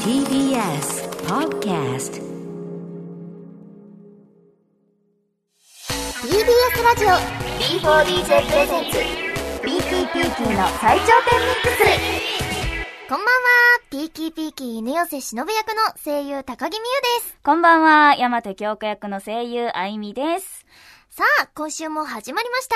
TBS Podcast TBS ラジオ B4DJ プレゼンツ PKPK の最頂点ミックス。こんばんは、ピーキーピーキー犬寄せ忍役の声優高木美優です。 こんばんは、山手京子役の声優あいみです。 さあ、今週も始まりました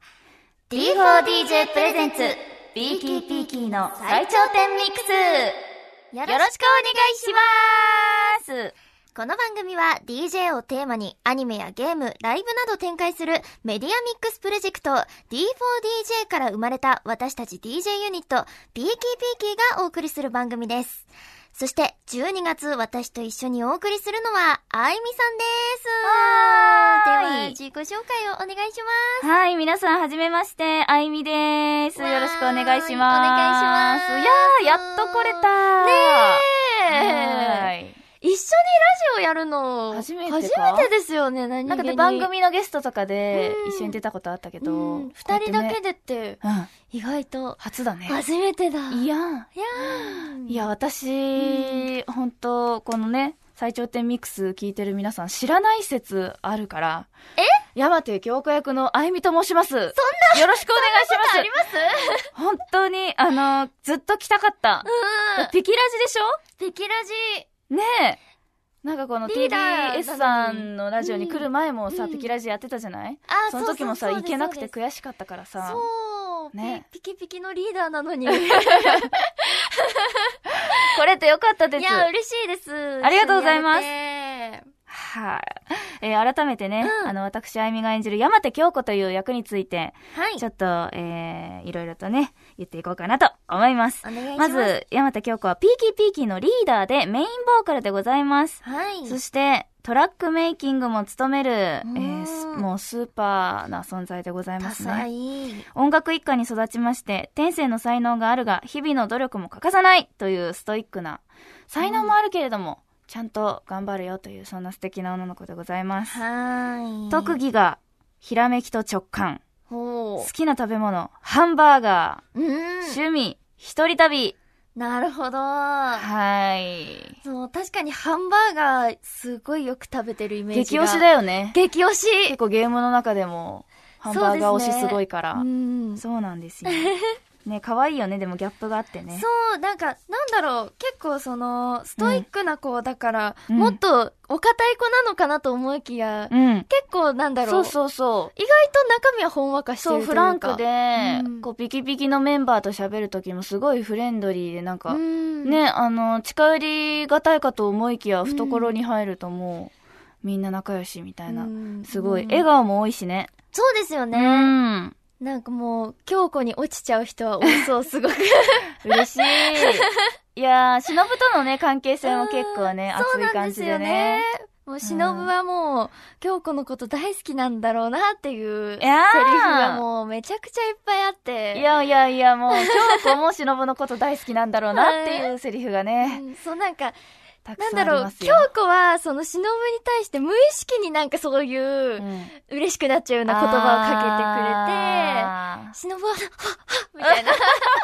D4DJ プレゼンツ PKPK の最頂点ミックス。よろしくお願いします。 この番組は DJ をテーマにアニメやゲーム、ライブなど展開するメディアミックスプロジェクト D4DJ から生まれた私たち DJ ユニット PKPK がお送りする番組です。そして12月私と一緒にお送りするのはあいみさんです。では自己紹介をお願いします。 はい、皆さんはじめまして、あいみです。よろしくお願いします。 お願いします。 いやー、やっと来れたねー。はい。 一緒にラジオやるの初めてですよね。何気になんかで番組のゲストとかで一緒に出たことあったけど、 二人だけでって、意外と初だね。 初めてだ。 いや私、本当このね最頂点ミックス聞いてる皆さん知らない説あるから。山手京子役のあいみと申します。そんなよろしくお願いします。 あります？ 本当にずっと来たかった。ピキラジでしょ？ ピキラジねえ。なんかこの TBS さんのラジオに来る前もさ、ピキラジやってたじゃない？その時もさ、行けなくて悔しかったからさ。 そう。ね。ピキピキのリーダーなのに。来れてよかったです。 いや、嬉しいです。 ありがとうございます。はい、改めてね、私あいみが演じる山手京子という役について、ちょっと、いろいろとね言っていこうかなと思います。 お願いします。 まず山手京子はピーキーピーキーのリーダーでメインボーカルでございます。そしてトラックメイキングも務める、もうスーパーな存在でございますね。音楽一家に育ちまして、天性の才能があるが日々の努力も欠かさないというストイックな、才能もあるけれどもちゃんと頑張るよという、そんな素敵な女の子でございます。特技がひらめきと直感。好きな食べ物ハンバーガー。趣味一人旅。なるほど。はい。 そう、確かにハンバーガーすごいよく食べてるイメージが。 激推しだよね。 激推し。 結構ゲームの中でもハンバーガー推しすごいから。そうなんですよ。ね、可愛いよね。でもギャップがあってね。 そう、なんか、なんだろう、結構その、ストイックな子だから、もっとお堅い子なのかなと思いきや、結構なんだろう。そう。意外と中身はほんわかしてるというか。 そう、フランクで、こう、ピキピキのメンバーと喋るときもすごいフレンドリーで、なんか、ね、近寄りがたいかと思いきや、懐に入るともう、みんな仲良しみたいな。すごい、笑顔も多いしね。 そうですよね。なんかもう、京子に落ちちゃう人は多そう、すごく。 嬉しい。いやー、忍とのね、関係性も結構ね、熱い感じでね。 もう忍はもう、京子のこと大好きなんだろうなっていうセリフがもうめちゃくちゃいっぱいあって。 いや、もう、京子も忍のこと大好きなんだろうなっていうセリフがね。 そう、なんか、なんだろう、京子は、その忍に対して無意識になんかそういう、嬉しくなっちゃうような言葉をかけてくれて、忍は、はっみたいな。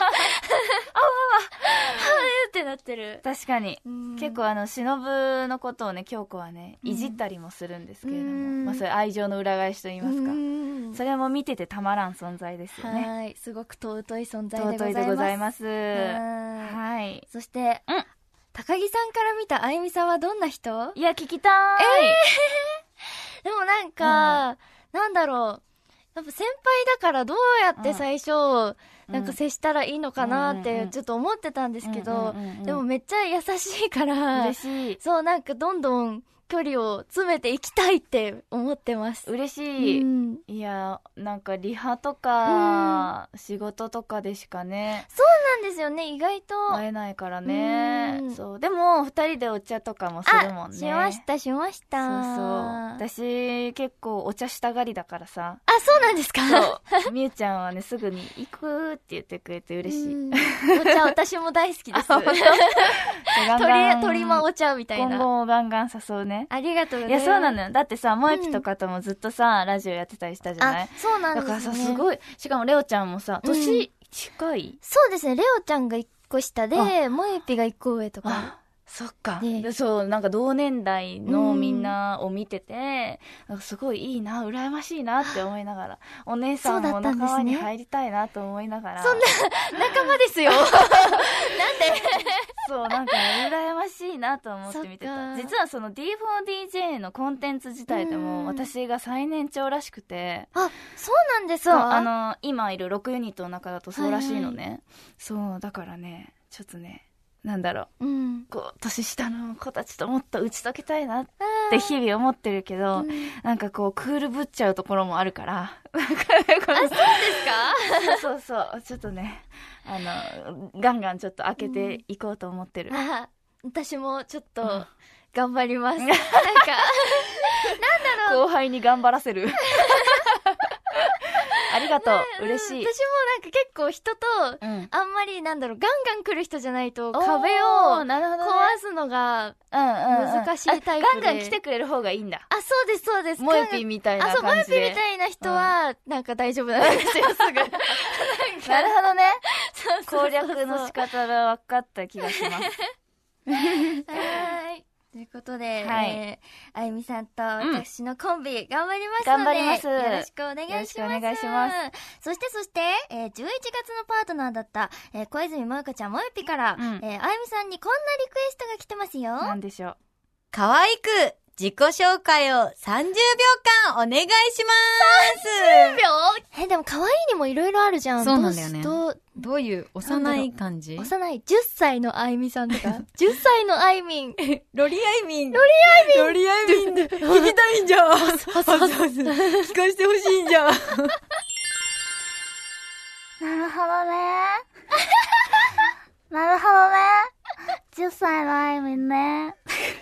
ってなってる。 確かに。結構忍のことをね、京子はね、いじったりもするんですけれども、まあそういう愛情の裏返しと言いますか。それも見ててたまらん存在ですよね。 はい。すごく尊い存在でございます。 尊いでございます。はい。 そして、高木さんから見たあゆみさんはどんな人？ いや、聞きたい。 でもなんか、なんだろう。やっぱ先輩だからどうやって最初、なんか接したらいいのかなってちょっと思ってたんですけど、でもめっちゃ優しいから、 嬉しい。 そう、なんかどんどん距離を詰めていきたいって思ってます。 嬉しい。いや、なんかリハとか、仕事とかでしかね。 そうなんですよね、意外と。 会えないからね。そう。でも、二人でお茶とかもするもんね。 しました。そうそう。 私、結構お茶したがりだからさ。 あ、そうなんですか？ そう。みゆちゃんはね、すぐに行くって言ってくれて嬉しい。 お茶、私も大好きです。鳥間お茶みたいな。 今後ガンガン誘うね。 ありがとうございます。 いや、そうなのよ。だってさ、萌木とかともずっとさ、ラジオやってたりしたじゃない？ そうなんですね。 だからさ、すごい、しかもレオちゃんもさ、年近い？ そうですね、レオちゃんが1個下で、萌木が1個上とか。 そっか。で、そう、なんか同年代のみんなを見てて、すごいいいな、羨ましいなって思いながら、お姉さんも仲間に入りたいなと思いながら。 そんな、仲間ですよ。なんでそう、なんか羨ましいなと思って見てた。実はその D4DJ のコンテンツ自体でも、私が最年長らしくて。 あ、そうなんですか？ そう、今いる6ユニットの中だとそうらしいのね。そう、だからね、ちょっとね、なんだろう、こう年下の子たちともっと打ち解けたいなって日々思ってるけど、なんかこうクールぶっちゃうところもあるから、なんかね、 そうですか？ そうそう、ちょっとね、ガンガンちょっと開けていこうと思ってる。 私もちょっと頑張ります。なんかなんだろう、後輩に頑張らせる。ありがとう、嬉しい。 私もなんか結構人と、あんまりガンガン来る人じゃないと壁を壊すのが難しいタイプで。 ガンガン来てくれる方がいいんだ。 あ、そうですそうです。 もえぴんみたいな感じで。 もえぴんみたいな人は、なんか大丈夫なんですよ、すぐ。 なるほどね。攻略の仕方が分かった気がします。 はい。ということで、あゆみさんと私のコンビ、頑張りますので、 頑張ります。 よろしくお願いします。よろしくお願いします。そして、11月のパートナーだった、小泉萌香ちゃんもえぴから、あゆみさんにこんなリクエストが来てますよ。 なんでしょう。 可愛く自己紹介を30秒間お願いします。 30秒？でも可愛いにもいろいろあるじゃん。 そうなんだよね。どういう幼い感じ？ 幼い10歳のあゆみさんとか10歳のあいみん。 ロリあいみんで聞きたいんじゃん。聞かしてほしいんじゃん。 なるほどね。なるほどね。10歳のあいみんね。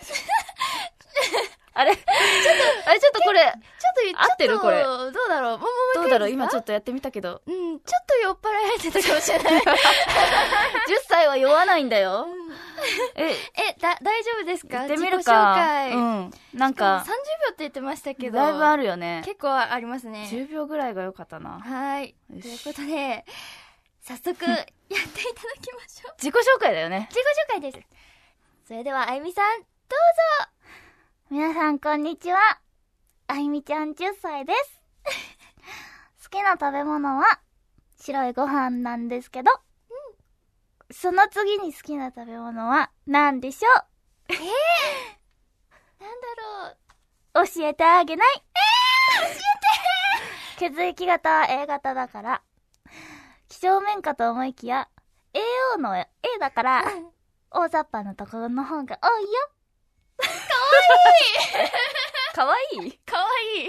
あれちょっとこれ、合ってるこれ。 どうだろうどうだろう今ちょっとやってみたけど。 ちょっと酔っ払いてたかもしれない。10 歳は酔わないんだよ。 大丈夫ですか？ やってみるか。なんか、 30秒って言ってましたけど。 だいぶあるよね。 結構ありますね。 10秒ぐらいが良かったな。 はい。ということで、早速、やっていただきましょう。 自己紹介だよね。 自己紹介です。それでは、あゆみさん、どうぞ。 皆さんこんにちは。あゆみちゃん10歳です。好きな食べ物は白いご飯なんですけど、その次に好きな食べ物は何でしょう？ なんだろう。 教えてあげない。教えて。血液型は A 型だから、几帳面かと思いきや AO の A だから大雑把なところの方が多いよ。 かわいいかわ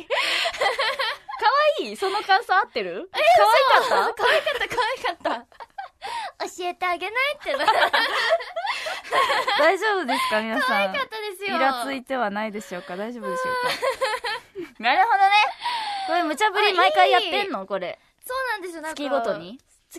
いいその感想合ってる？かわいかった教えてあげないって大丈夫ですか皆さん。 可愛かったですよ。 イラついてはないでしょうか？大丈夫でしょうか？なるほどね。これ無茶ぶり毎回やってんのこれ。 そうなんですよ。なんか月ごとに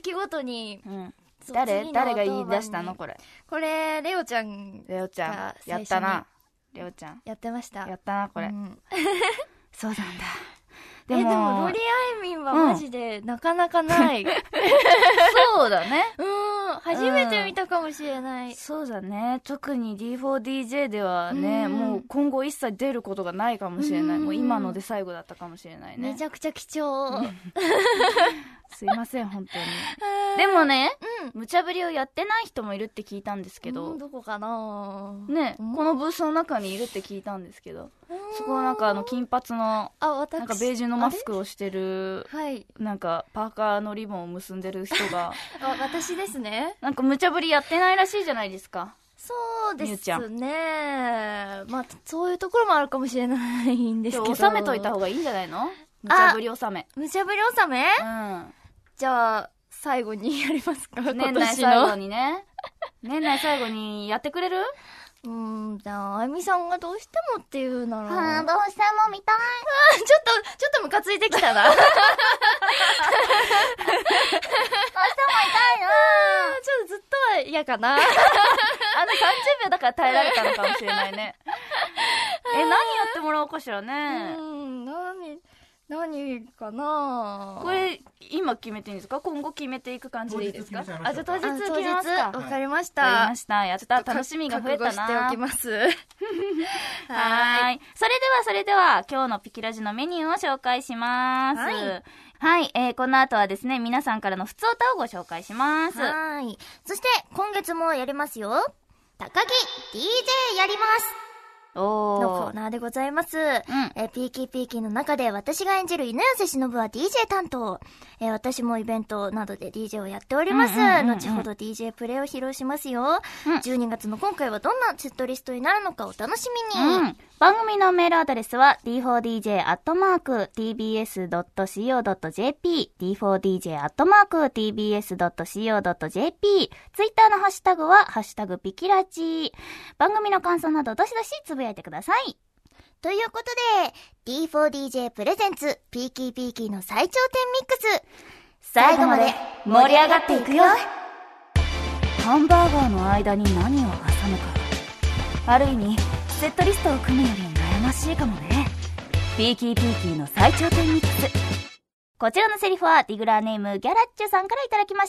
誰が言い出したのこれ？ これレオちゃんやったな。レオちゃんやってました。 やったなこれ。そうなんだ。 でもロリアイミンはマジでなかなかない。 そうだね。 初めて見たかもしれない。 そうだね。特に D4DJ ではね、もう今後一切出ることがないかもしれない。もう今ので最後だったかもしれないね。 めちゃくちゃ貴重。 すいません本当に。でもね、無茶ぶりをやってない人もいるって聞いたんですけど。 どこかなね、このブースの中にいるって聞いたんですけど。そこはなんか金髪のなんかベージュのマスクをしてる、なんかパーカーのリボンを結んでる人が私ですね。 なんか無茶ぶりやってないらしいじゃないですか。 そうですね。まあそういうところもあるかもしれないんですけど、 収めといた方がいいんじゃないの？無茶ぶり納め。 無茶ぶり納め？じゃあ最後にやりますか？ 年内最後にね。年内最後にやってくれる？ じゃあ、あゆみさんがどうしてもっていうなら。 どうしても見たい。 ちょっとムカついてきたな。どうしても見たいな。ちょっとずっとは嫌かな。 30秒だから耐えられたのかもしれないね。何やってもらおうかしらね。 何かな。 これ、今決めていいんですか？今後決めていく感じでいいですか？ 当日決めちゃいましょうか。 じゃあ当日決めますか。 わかりましわかりた。 ました。やった。楽しみが増えたな。 覚悟しておきます。 はーい。それでは、今日のピキラジのメニューを紹介します。はい。この後はですね、皆さんからのふつおたをご紹介します。 はい。そして、今月もやりますよ。高木 DJ やりますのコーナーでございます。ピーキーピーキーの中で私が演じる犬寄忍は DJ 担当。私もイベントなどで DJ をやっております。後ほど DJ プレイを披露しますよ。12月の今回はどんなセットリストになるのかお楽しみに。 番組のメールアドレスは d4dj@tbs.co.jp d4dj@tbs.co.jp ツイッターのハッシュタグはハッシュタグピキラジ。番組の感想などどしどしつぶやいてください。 ということで D4DJ プレゼンツピーキーピーキーの最頂点ミックス、最後まで盛り上がっていくよ。 ハンバーガーの間に何を挟むか、ある意味セットリストを組むより悩ましいかもね。ピーキーピーキーの最頂点ミックス。こちらのセリフはディグラーネームギャラッチュさんからいただきました。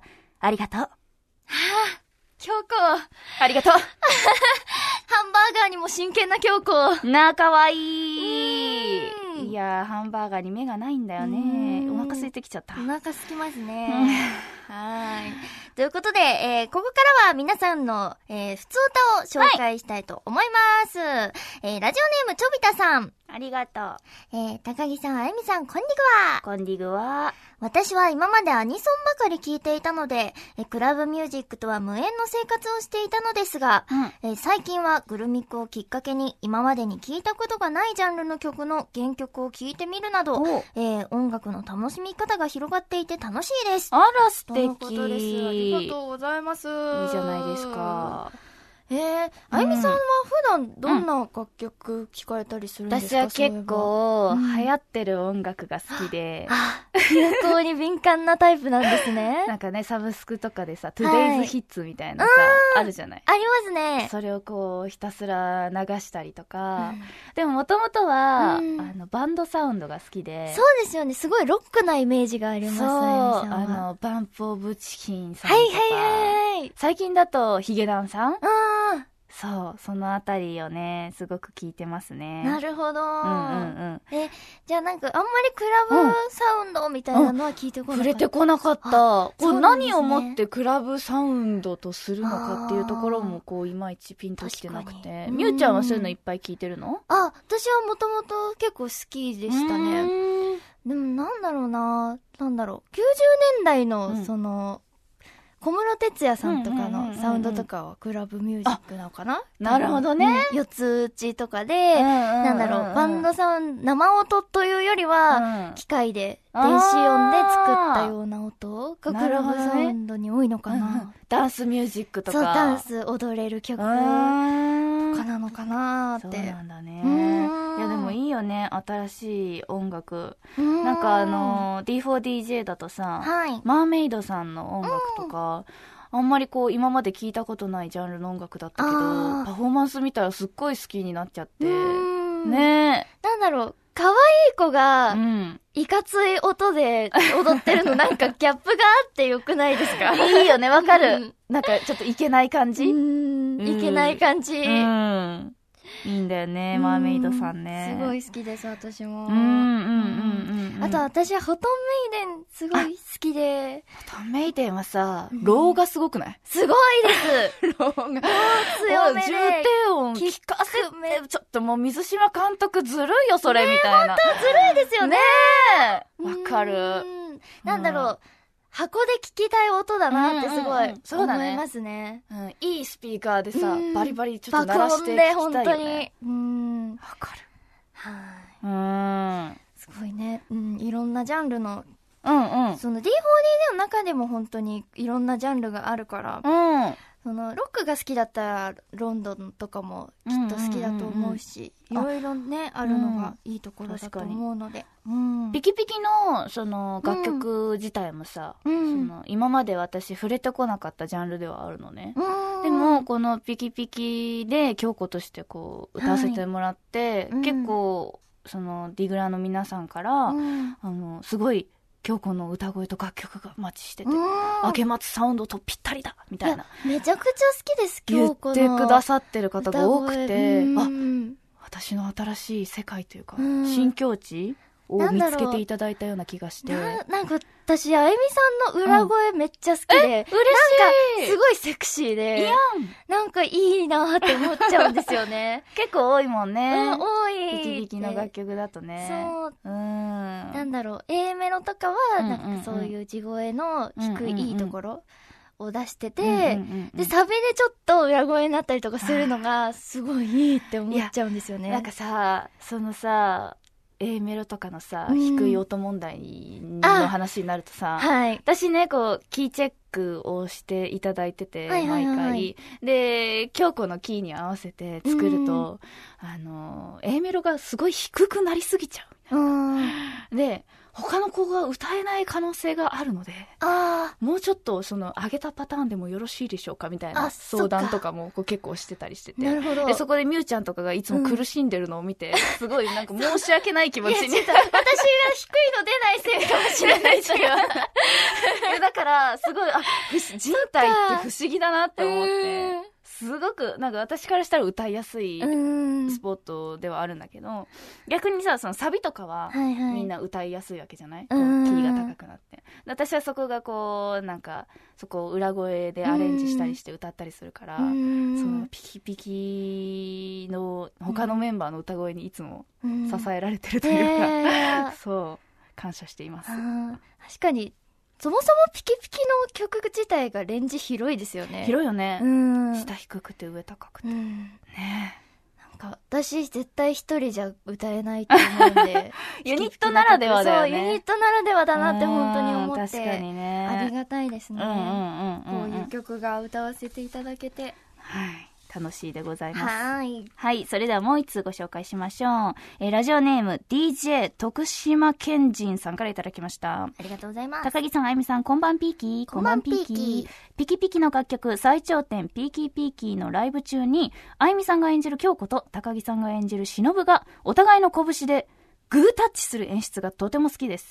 ありがとう。 京子ありがとう。 ハンバーガーにも真剣な京子かわいい。いやー、ハンバーガーに目がないんだよね。お腹空いてきちゃった。 お腹空きますね。はい。ということで、ここからは皆さんの、ふつおたを紹介したいと思います。ラジオネームちょびたさん。 ありがとう。 高木さん、あゆみさん、こんにちは。 こんにちは。 私は今までアニソンばかり聴いていたので、クラブミュージックとは無縁の生活をしていたのですが、最近はグルミックをきっかけに今までに聴いたことがないジャンルの曲の原曲を聴いてみるなど、音楽の楽しみ方が広がっていて楽しいです。 あら、素敵。 とのことです。ありがとうございます。いいじゃないですか。 あゆみさんは普段どんな楽曲聴かれたりするんですか？ 私は結構流行ってる音楽が好きで、 流行に敏感なタイプなんですね。 なんかね、サブスクとかでさ、トゥデイズヒッツみたいなさ、あるじゃない。 ありますね。 それをこうひたすら流したりとか、でももともとはバンドサウンドが好きで、 そうですよね。すごいロックなイメージがあります。 そう、バンプオブチキンさんとか、最近だとヒゲダンさん、そう、そのあたりをね、すごく聞いてますね。 なるほど。じゃあなんかあんまりクラブサウンドみたいなのは聞いてこなかった。 触れてこなかった。こう何をもってクラブサウンドとするのかっていうところもこういまいちピンときてなくて。みゆちゃんはそういうのいっぱい聞いてるの？ 私はもともと結構好きでしたね。でもなんだろう90年代のその、小室哲哉さんとかのサウンドとかはクラブミュージックなのかな？ なるほどね。 四つ打ちとかで、バンドサウンド、生音というよりは、機械で、電子音で作ったような音がクラブサウンドに多いのかな。 ダンスミュージックとか。 そう、ダンス踊れる曲とかなのかなって。 そうなんだね。いやでもいいよね、新しい音楽。なんかD4DJ だとさ、マーメイドさんの音楽とか、あんまりこう今まで聞いたことないジャンルの音楽だったけど、パフォーマンス見たらすっごい好きになっちゃって。ねえ。 なんだろう、可愛い子が、いかつい音で踊ってるのなんかギャップがあってよくないですか？ いいよね、わかる。なんかちょっといけない感じ？ いけない感じ。 いいんだよね、マーメイドさんね。 すごい好きです、私も。あと私はフォトンメイデンすごい好きで。 フォトンメイデンはさ、ローがすごくない？ すごいです。 ローが。 強めで。 重低音聞かせて、ちょっともう水島監督ずるいよ、それ、みたいな。 本当ずるいですよね。 わかる。 なんだろう。箱で聞きたい音だなってすごい思いますね。 いいスピーカーでさ、バリバリちょっと鳴らして聞きたいよね。 爆音で本当に。 わかる。 はい。すごいね。いろんなジャンルの、その D4D の中でも本当にいろんなジャンルがあるから、そのロックが好きだったらロンドンとかもきっと好きだと思うし、いろいろねあるのがいいところだと思うので、 ピキピキのその楽曲自体もさ、その今まで私触れてこなかったジャンルではあるのね。でもこのピキピキで京子としてこう歌わせてもらって、結構そのディグラの皆さんから、すごい京子の歌声と楽曲がマッチしてて、明け松サウンドとぴったりだみたいな、 めちゃくちゃ好きです京子の言ってくださってる方が多くて、私の新しい世界というか、新境地を見つけていただいたような気がして、 なんか私あゆみさんの裏声めっちゃ好きで、嬉しい、なんかすごいセクシーで、なんかいいなって思っちゃうんですよね。 結構多いもんね。 多い。 ビキビキの楽曲だとね。 そう。なんだろう、A メロとかはなんかそういう地声の低いいいところを出してて、でサビでちょっと裏声になったりとかするのがすごいいいって思っちゃうんですよね。 なんかさ、そのさ、A メロとかのさ、低い音問題の話になるとさ、私ね、こう、キーチェックをしていただいてて、毎回。で、京子のキーに合わせて作ると、A メロがすごい低くなりすぎちゃう。で、他の子が歌えない可能性があるので、もうちょっとその上げたパターンでもよろしいでしょうかみたいな相談とかもこう結構してたりしてて、でそこでみゆちゃんとかがいつも苦しんでるのを見て、すごいなんか申し訳ない気持ちに。 私が低いの出ないせいかもしれないですよ。 だからすごい人体って不思議だなって思って。すごくなんか私からしたら歌いやすいスポットではあるんだけど、逆にさ、そのサビとかはみんな歌いやすいわけじゃない、キーが高くなって、私はそこがこうなんかそこを裏声でアレンジしたりして歌ったりするから、そのピキピキの他のメンバーの歌声にいつも支えられてるというか、そう感謝しています。 確かにそもそもピキピキの曲自体がレンジ広いですよね。 広いよね。下低くて上高くて。ね。 なんか私絶対一人じゃ歌えないと思うんで。 ユニットならではだよね。 そう、ユニットならではだなって本当に思って。 確かにね。 ありがたいですね。こういう曲が歌わせていただけて。 はい。楽しいでございます。はい。それではもう一通ご紹介しましょう。ラジオネーム DJ 徳島健人さんからいただきました。 ありがとうございます。 高木さん、あゆみさん、こんばんピーキー。 こんばんピーキー。 ピキピキの楽曲、最頂点ピーキーピーキーのライブ中に、あゆみさんが演じる京子と高木さんが演じる忍が、お互いの拳で、グータッチする演出がとても好きです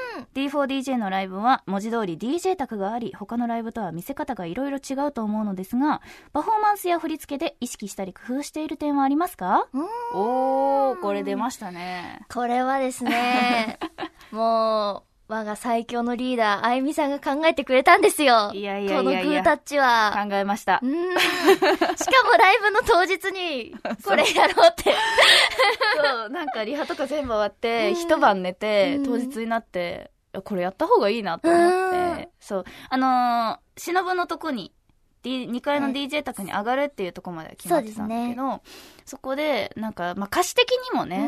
。D4DJ のライブは文字通り DJ 卓があり、他のライブとは見せ方がいろいろ違うと思うのですが、パフォーマンスや振り付けで意識したり工夫している点はありますか？これ出ましたね。 これはですね、もう、我が最強のリーダー、あゆみさんが考えてくれたんですよ。 このグータッチは。 考えました。 しかもライブの当日に、これやろうって。 そう、なんかリハとか全部終わって、一晩寝て、当日になって、これやった方がいいなと思って、そう、忍のとこに、2階の DJ 宅に上がるっていうところまでは決まってたんだけど、そこで、なんか、歌詞的にもね、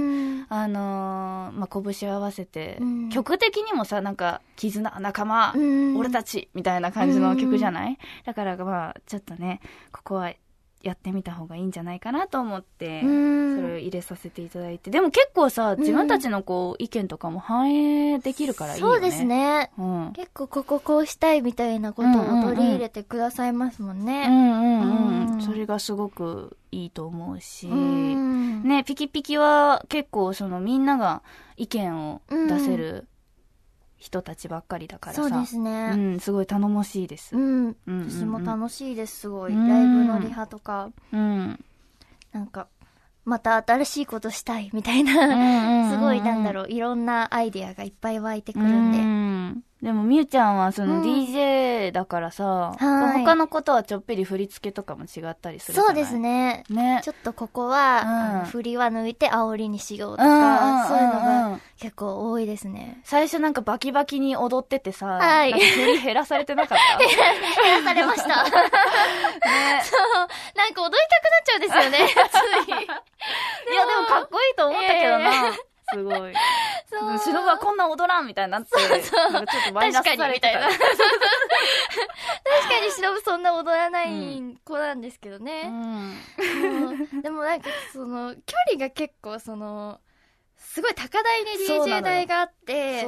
拳を合わせて、曲的にもさ、なんか、絆、仲間、俺たち、みたいな感じの曲じゃない？だから、ちょっとね、ここは、やってみた方がいいんじゃないかなと思って、それを入れさせていただいて。でも結構さ、自分たちのこう、意見とかも反映できるからいいよね。 そうですね。結構こうしたいみたいなことを取り入れてくださいますもんね。 それがすごくいいと思うし、ね、ピキピキは結構そのみんなが意見を出せる、人たちばっかりだからさ。 そうですね。 すごい頼もしいです。 私も楽しいです、すごい。ライブのリハとか。なんか、また新しいことしたいみたいな、すごいなんだろう、いろんなアイデアがいっぱい湧いてくるんで。 でもみゆちゃんはその DJ だからさ、他のことはちょっぴり振り付けとかも違ったりするじゃない？ そうですね。ちょっとここは、振りは抜いて煽りにしようとか、そういうのが結構多いですね。 最初なんかバキバキに踊っててさ、なんか振り減らされてなかった？ 減らされました。そう。なんか踊りたくなっちゃうんですよね、つい。いや、でもかっこいいと思ったけどな。すごい。忍はこんな踊らんみたいになって、なんかちょっとマイナスされてた。確かに忍そんな踊らない子なんですけどね。でもなんかその、距離が結構その、すごい高台に DJ 台があって、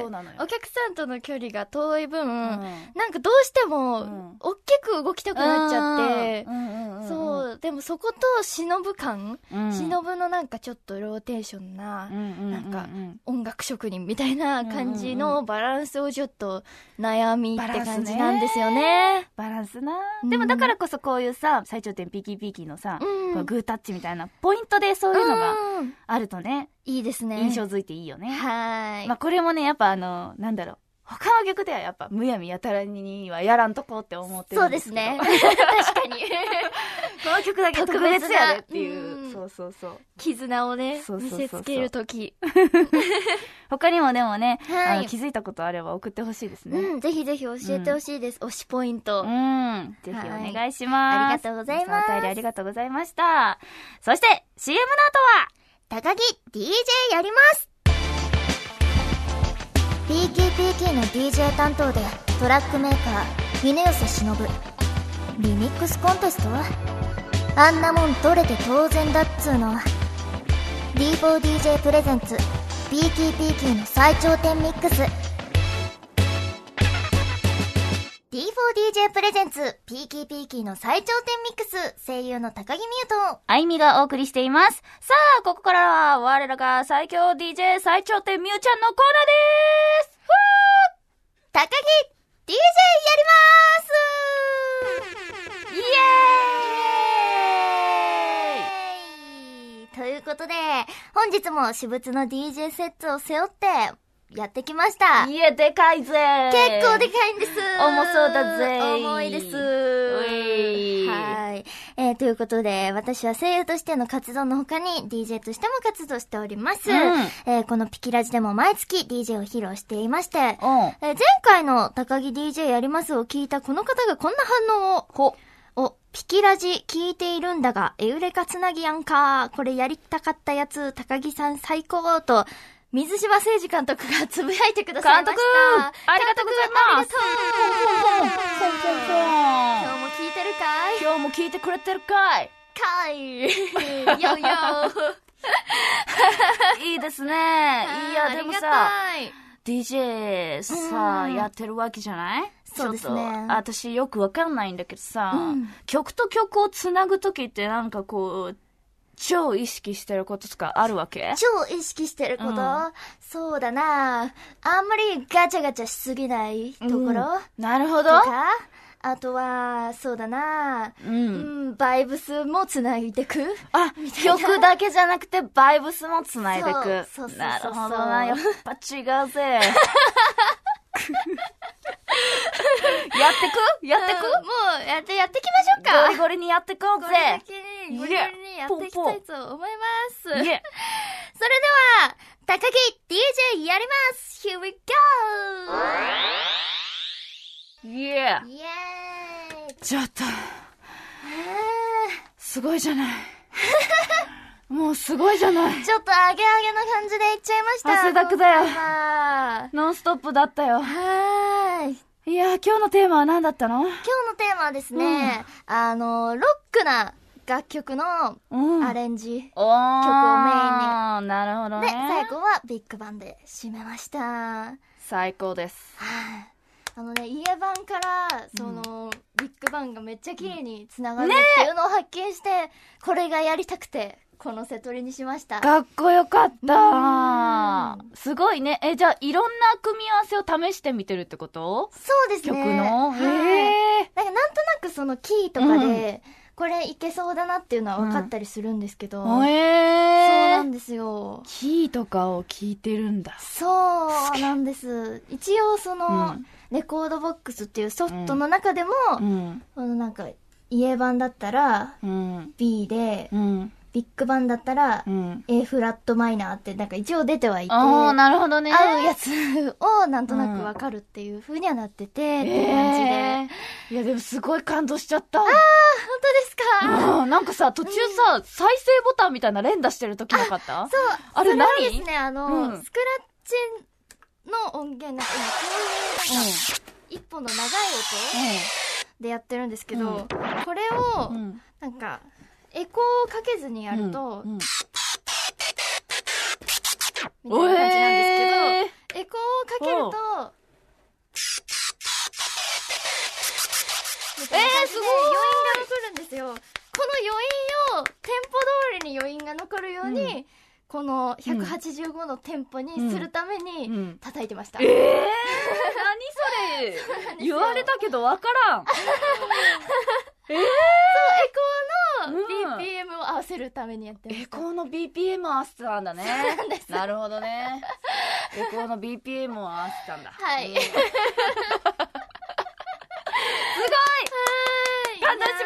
お客さんとの距離が遠い分、なんかどうしても、大きく動きたくなっちゃって、そそうでもそこと忍感、忍のなんかちょっとローテーションな、なんか音楽職人みたいな感じのバランスをちょっと悩みって感じなんですよね。 バランスな、でもだからこそこういうさ、最頂点ピーキーピーキーのさ、こうグータッチみたいなポイントでそういうのがあるとね、 いいですね。 印象づいていいよね。 はい。 まあこれもね、やっぱなんだろう、他の曲ではやっぱむやみやたらにはやらんとこって思ってるんですけど。 そうですね。確かに。 この曲だけ特別やでっていう。そうそうそう。 絆をね、見せつけるとき。 他にもでもね、気づいたことあれば送ってほしいですね。 ぜひぜひ教えてほしいです。推しポイント。 ぜひお願いします。 ありがとうございます。 お便りありがとうございました。そして CM の後は、 高木 DJ やります。PKPK の DJ 担当でトラックメーカー峰寄忍。リミックスコンテスト？あんなもん取れて当然だっつーの。 D4DJ プレゼンツ PKPK の最頂点ミックス。 D4DJ プレゼンツ PKPK の最頂点ミックス、声優の高木美優とあいみがお送りしています。さあここからは我らが最強 DJ 最頂点みゆちゃんのコーナーです。 高木 DJ やりまーす。イエーイということで、本日も私物の DJ セットを背負ってやってきました。 いや、でかいぜ。 結構でかいんです。 重そうだぜ。 重いです。はい。ということで、私は声優としての活動の他に DJ としても活動しております。このピキラジでも毎月 DJ を披露していまして、前回の高木 DJ やりますを聞いたこの方がこんな反応を。ピキラジ聞いているんだが、エウレカつなぎやんか。これやりたかったやつ、高木さん最高と、水島誠二監督がつぶやいてくださいました。 監督ありがとうございます。 今日も聞いてるかい？ 今日も聞いてくれてるかい？ かいよよいいですね。いや、でもさ、DJ さ、やってるわけじゃない？ そうですね。 私よくわかんないんだけどさ、曲と曲をつなぐときってなんかこう、超意識してることとかあるわけ？ 超意識してること、そうだな。あんまりガチャガチャしすぎないところ、 なるほど。 とか、あとは、そうだな。バイブスもつないでく。 曲だけじゃなくてバイブスもつないでく。 そう。 なるほどな。やっぱ違うぜ。やってく、 もうやっていきましょうか。 ゴリゴリにやってこうぜ。 ゴリゴリにやっていきたいと思います。それでは、高木 DJ やります。Here we go! イエーイ。ちょっと、すごいじゃない。もうすごいじゃない。 ちょっとアゲアゲな感じでいっちゃいました。 汗だくだよ。ノンストップだったよ。いや、今日のテーマは何だったの？ 今日のテーマはですね、ロックな楽曲のアレンジ、曲をメインに。 なるほどね。 で、最後はビッグバンで締めました。 最高です。 家版から、ビッグバンがめっちゃ綺麗に繋がるっていうのを発見して、これがやりたくて、このセトリにしました。 かっこよかった。すごいね。じゃあ、いろんな組み合わせを試してみてるってこと？ そうですね。 曲の？ なんとなくそのキーとかで、これいけそうだなっていうのは分かったりするんですけど。そうなんですよ。 キーとかを聞いてるんだ。 そうなんです。一応レコードボックスっていうソフトの中でも、なんか、家版だったら、B で、ビッグバンだったら、A フラットマイナーってなんか一応出てはいて、 なるほどね。 合うやつをなんとなくわかるっていう風にはなってて、って感じで。 いやでもすごい感動しちゃった。 本当ですか？ なんかさ、途中さ、再生ボタンみたいな連打してる時なかった？ そう。 あれ何？ それはですね、スクラッチの音源なんか一本の長い音でやってるんですけど、これを、なんか、エコーをかけずにやると、みたいな感じなんですけど、エコーをかけると、みたいな感じで余韻が来るんですよ。こ余韻を、テンポ通りに余韻が残るように、この185のテンポにするために叩いてました。 何それ言われたけどわからん。 そう、エコーの BPM を合わせるためにやってました。 エコーの BPM を合わせたんだね。なるほどね。エコーの BPM を合わせたんだ。 はい。すごい感動しました。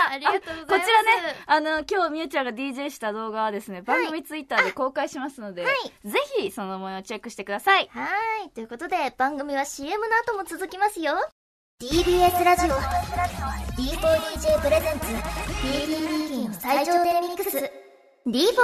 ありがとうございます。 こちらね、今日みゆちゃんが DJ した動画はですね、番組ツイッターで公開しますので、ぜひその模様をチェックしてください。 はい。ということで、番組は CM の後も続きますよ。TBS ラジオ D4DJ プレゼンツ PDD の最頂点ミックス D4DJ インフォメーション。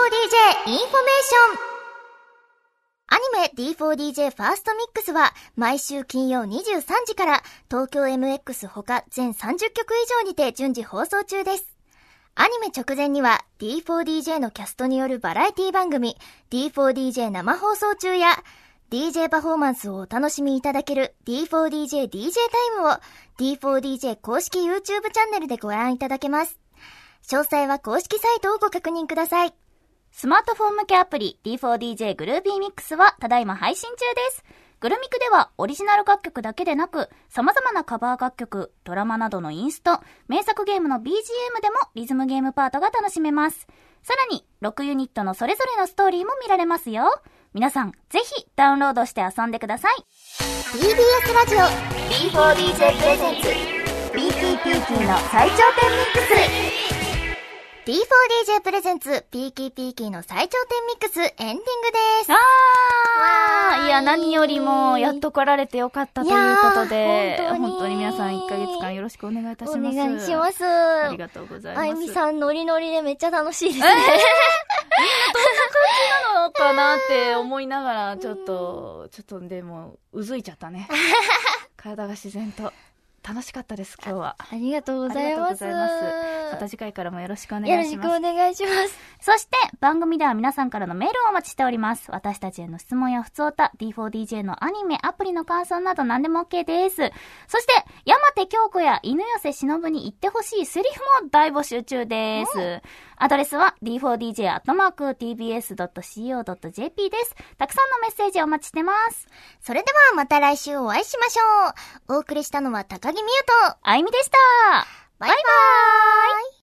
アニメ D4DJ ファーストミックスは毎週金曜23時から東京 MX 他全30曲以上にて順次放送中です。アニメ直前には D4DJ のキャストによるバラエティ番組 D4DJ 生放送中やDJ パフォーマンスをお楽しみいただける D4DJ DJ タイムを D4DJ 公式 YouTube チャンネルでご覧いただけます。詳細は公式サイトをご確認ください。 スマートフォン向けアプリ D4DJ グルービーミックスはただいま配信中です。グルミクではオリジナル楽曲だけでなく様々なカバー楽曲、ドラマなどのインスト、名作ゲームの BGM でもリズムゲームパートが楽しめます。さらに6ユニットのそれぞれのストーリーも見られますよ。皆さんぜひダウンロードして遊んでください。 TBS ラジオ D4DJ プレゼンツ PKPK の最頂点ミックス。 D4DJ プレゼンツ PKPK の最頂点ミックスエンディングです。 いや何よりもやっと来られてよかったということで、本当に皆さん1ヶ月間よろしかお願いいたします。 お願いします。 ありがとうございます。 あゆみさんノリノリでめっちゃ楽しいですね。 みんなどんな感じなのかなって思いながらちょっとでもうずいちゃったね。体が自然と楽しかったです今日は。 ありがとうございます。 また次回からもよろしくお願いします。 よろしくお願いします。 そして番組では皆さんからのメールをお待ちしております。私たちへの質問やふつおた、 D4DJ のアニメアプリの感想など何でも OK です。そして山手京子や犬寄せ忍に言ってほしいセリフも大募集中です。アドレスは d4dj@tbs.co.jp です。たくさんのメッセージお待ちしてます。 それではまた来週お会いしましょう。お送りしたのは高木美優とあゆみでした。 バイバーイ。